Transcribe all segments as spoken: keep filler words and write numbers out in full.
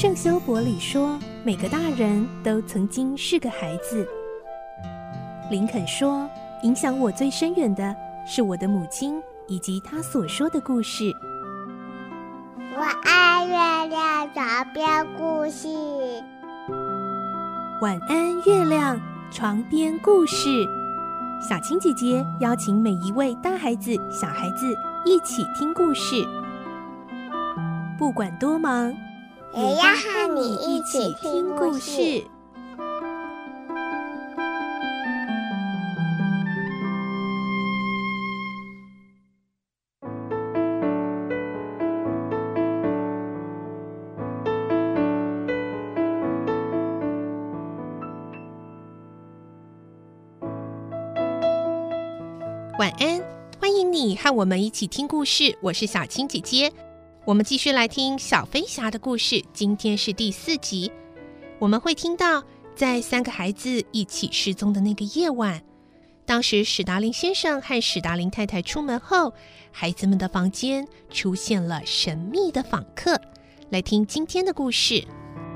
圣修伯里说，每个大人都曾经是个孩子。林肯说，影响我最深远的是我的母亲以及她所说的故事。 我爱月亮床边故事。 晚安，月亮床边故事。小青姐姐邀请每一位大孩子、小孩子一起听故事，不管多忙， 也要和你一起听故事。 晚安，欢迎你和我们一起听故事，我是小青姐姐。我们继续来听小飞侠的故事，今天是第四集。我们会听到，在三个孩子一起失踪的那个夜晚，当时史达林先生和史达林太太出门后，孩子们的房间出现了神秘的访客。来听今天的故事。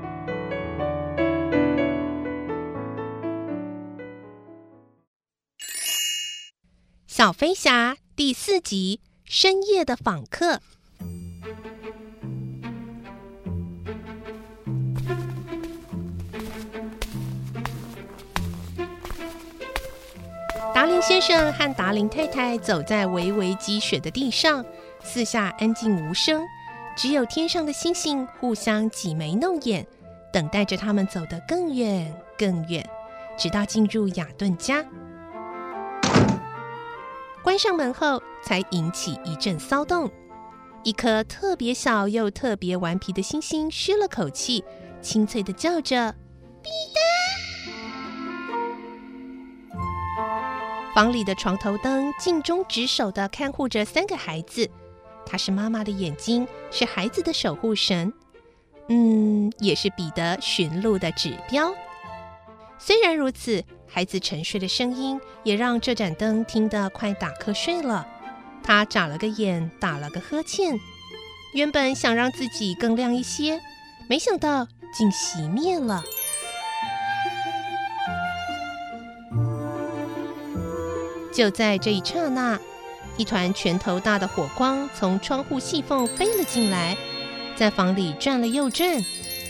小飞侠第四集，深夜的访客。达林先生和达林太太走在微微积雪的地上，四下安静无声，只有天上的星星互相挤眉弄眼，等待着他们走得更远更远，直到进入雅顿家。关上门后，才引起一阵骚动。一颗特别小又特别顽皮的星星吁了口气，清脆地叫着：“彼得！”房里的床头灯尽忠职守地看护着三个孩子，它是妈妈的眼睛，是孩子的守护神，嗯，也是彼得寻路的指标。虽然如此，孩子沉睡的声音也让这盏灯听得快打瞌睡了。他眨了个眼，打了个呵欠，原本想让自己更亮一些，没想到竟熄灭了。就在这一刹那，一团拳头大的火光从窗户细缝飞了进来，在房里转了又转。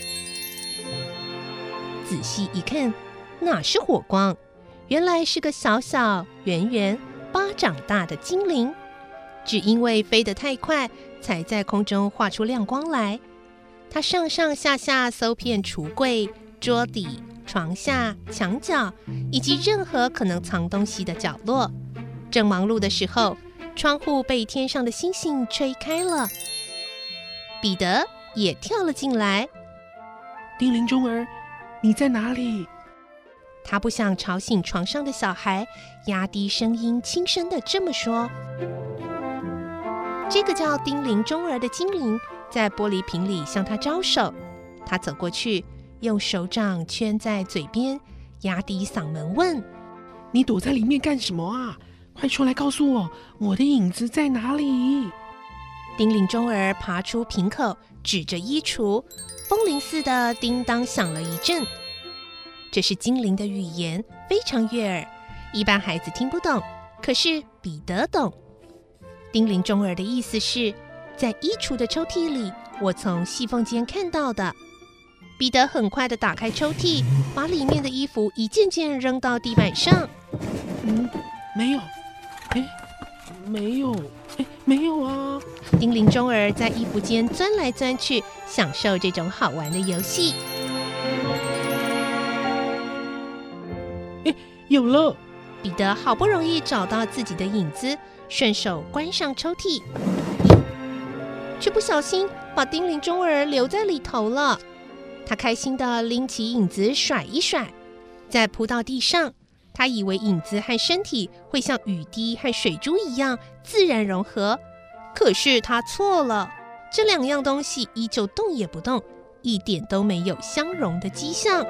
仔细一看，哪是火光？原来是个小小圆圆巴掌大的精灵，只因为飞得太快，才在空中画出亮光来。它上上下下搜遍橱柜、桌底、床下、墙角，以及任何可能藏东西的角落。正忙碌的时候，窗户被天上的星星吹开了，彼得也跳了进来。 丁灵钟儿，你在哪里？ 他不想吵醒床上的小孩，压低声音轻声地这么说。这个叫丁灵钟儿的精灵在玻璃瓶里向他招手，他走过去，用手掌圈在嘴边，压低嗓门问： 你躲在里面干什么啊？快出来告诉我，我的影子在哪里？ 丁灵钟儿爬出瓶口，指着衣橱，风铃似的叮当响了一阵。这是精灵的语言，非常悦耳，一般孩子听不懂，可是彼得懂。丁灵钟儿的意思是，在衣橱的抽屉里，我从细缝间看到的。彼得很快地打开抽屉，把里面的衣服一件件扔到地板上。 嗯，没有，哎，没有，哎，没有啊！ 丁灵钟儿在衣服间钻来钻去，享受这种好玩的游戏。 有了！ 彼得好不容易找到自己的影子，顺手关上抽屉，却不小心把丁灵钟儿留在里头了。他开心地拎起影子甩一甩，再扑到地上。他以为影子和身体会像雨滴和水珠一样自然融合，可是他错了。这两样东西依旧动也不动，一点都没有相融的迹象。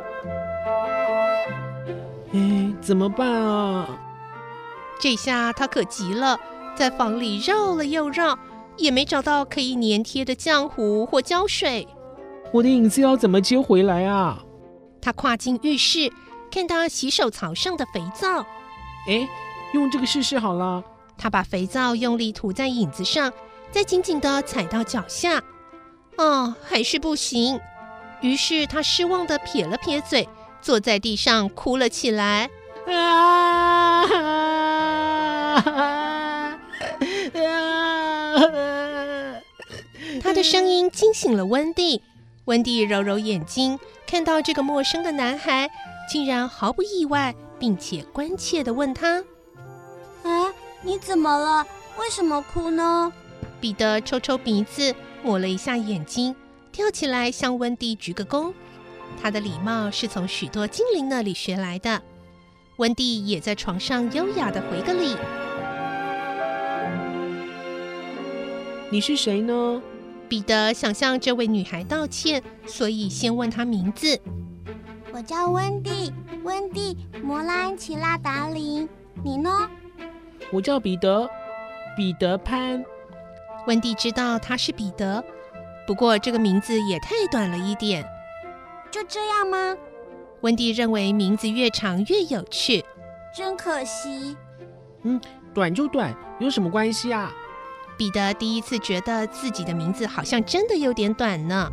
哎，怎么办啊？ 这下他可急了，在房里绕了又绕，也没找到可以粘贴的浆糊或胶水。 我的影子要怎么接回来啊？ 他跨进浴室，看到洗手槽上的肥皂， 哎，用这个试试好了。 他把肥皂用力涂在影子上，再紧紧地踩到脚下。哦，还是不行。于是他失望地撇了撇嘴，坐在地上哭了起来。啊！他的声音惊醒了温蒂。温蒂揉揉眼睛，看到这个陌生的男孩，竟然毫不意外，并且关切地问他： 哎，你怎么了？为什么哭呢？ 彼得抽抽鼻子，抹了一下眼睛，跳起来向温蒂鞠个躬。他的礼貌是从许多精灵那里学来的。温蒂也在床上优雅地回个礼。 你是谁呢？ 彼得想向这位女孩道歉，所以先问她名字。 我叫温蒂，温蒂·摩拉安琪拉达林。你呢？ 我叫彼得，彼得潘。 温蒂知道他是彼得，不过这个名字也太短了一点。 就这样吗？ 温蒂认为名字越长越有趣。 真可惜。 嗯，短就短，有什么关系啊？ 彼得第一次觉得自己的名字好像真的有点短呢。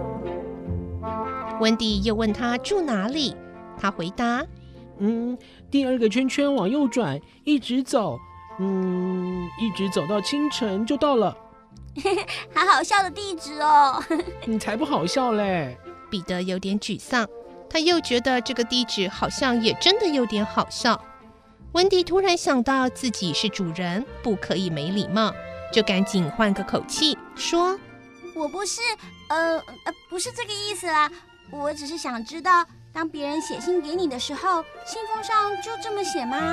温蒂又问他住哪里，他回答： 嗯，第二个圈圈往右转，一直走，嗯，一直走到清晨就到了。 好好笑的地址哦。 你才不好笑嘞。 彼得有点沮丧，他又觉得这个地址好像也真的有点好笑。温蒂突然想到自己是主人，不可以没礼貌，就赶紧换个口气说： 我不是呃呃不是这个意思啦，我只是想知道，当别人写信给你的时候，信封上就这么写吗？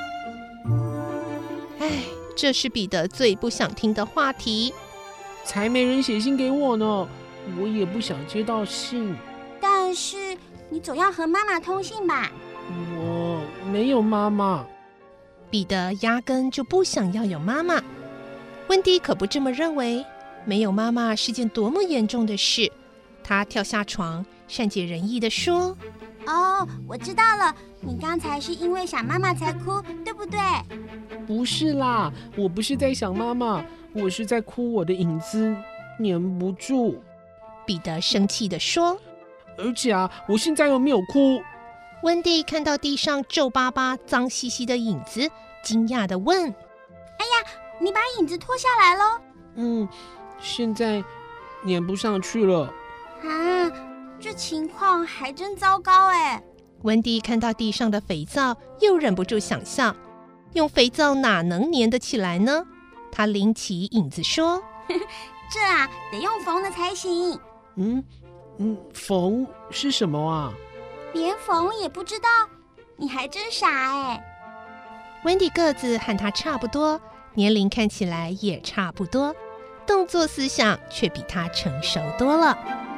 哎，这是彼得最不想听的话题。 才没人写信给我呢，我也不想接到信。 但是你总要和妈妈通信吧？ 我没有妈妈。 彼得压根就不想要有妈妈。温蒂可不这么认为，没有妈妈是件多么严重的事。他跳下床，善解人意地说： 哦，我知道了，你刚才是因为想妈妈才哭，对不对？ 不是啦，我不是在想妈妈，我是在哭我的影子粘不住。 彼得生气地说。 而且啊，我现在又没有哭。 温蒂看到地上皱巴巴、脏兮兮的影子，惊讶地问： 哎呀，你把影子脱下来咯？ 嗯，现在粘不上去了。 啊，这情况还真糟糕哎。 温蒂看到地上的肥皂，又忍不住想笑，用肥皂哪能粘得起来呢？他拎起影子说： 这啊，得用缝的才行。 嗯嗯，缝是什么啊？ 连缝也不知道，你还真傻哎。 温蒂个子和他差不多，年龄看起来也差不多，动作思想却比他成熟多了。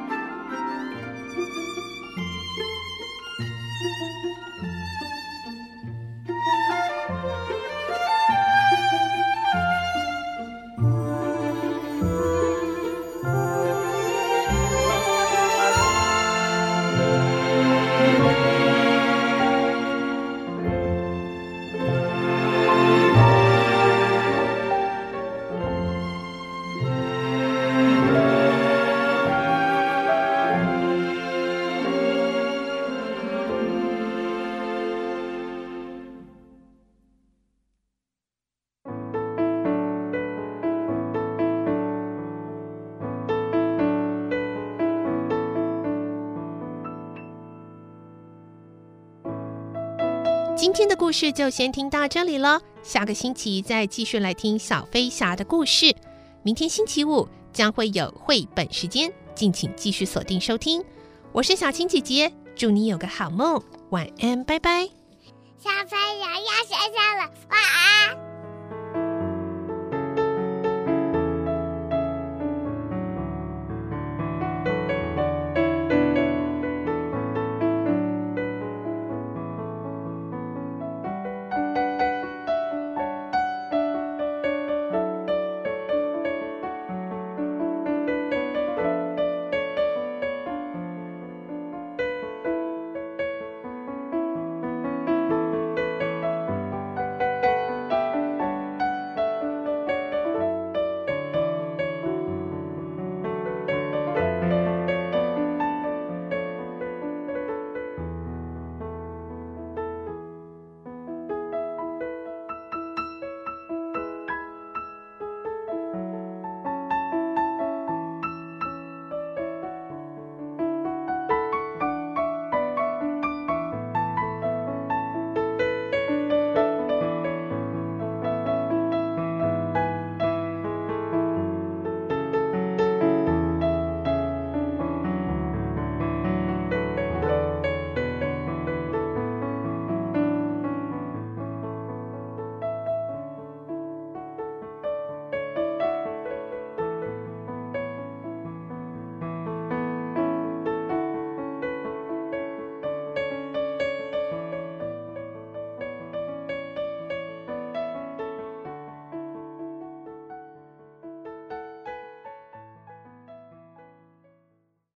今天的故事就先听到这里了，下个星期再继续来听小飞侠的故事。明天星期五将会有绘本时间，敬请继续锁定收听。我是小青姐姐，祝你有个好梦，晚安，拜拜。 小飞侠要睡觉了，晚安。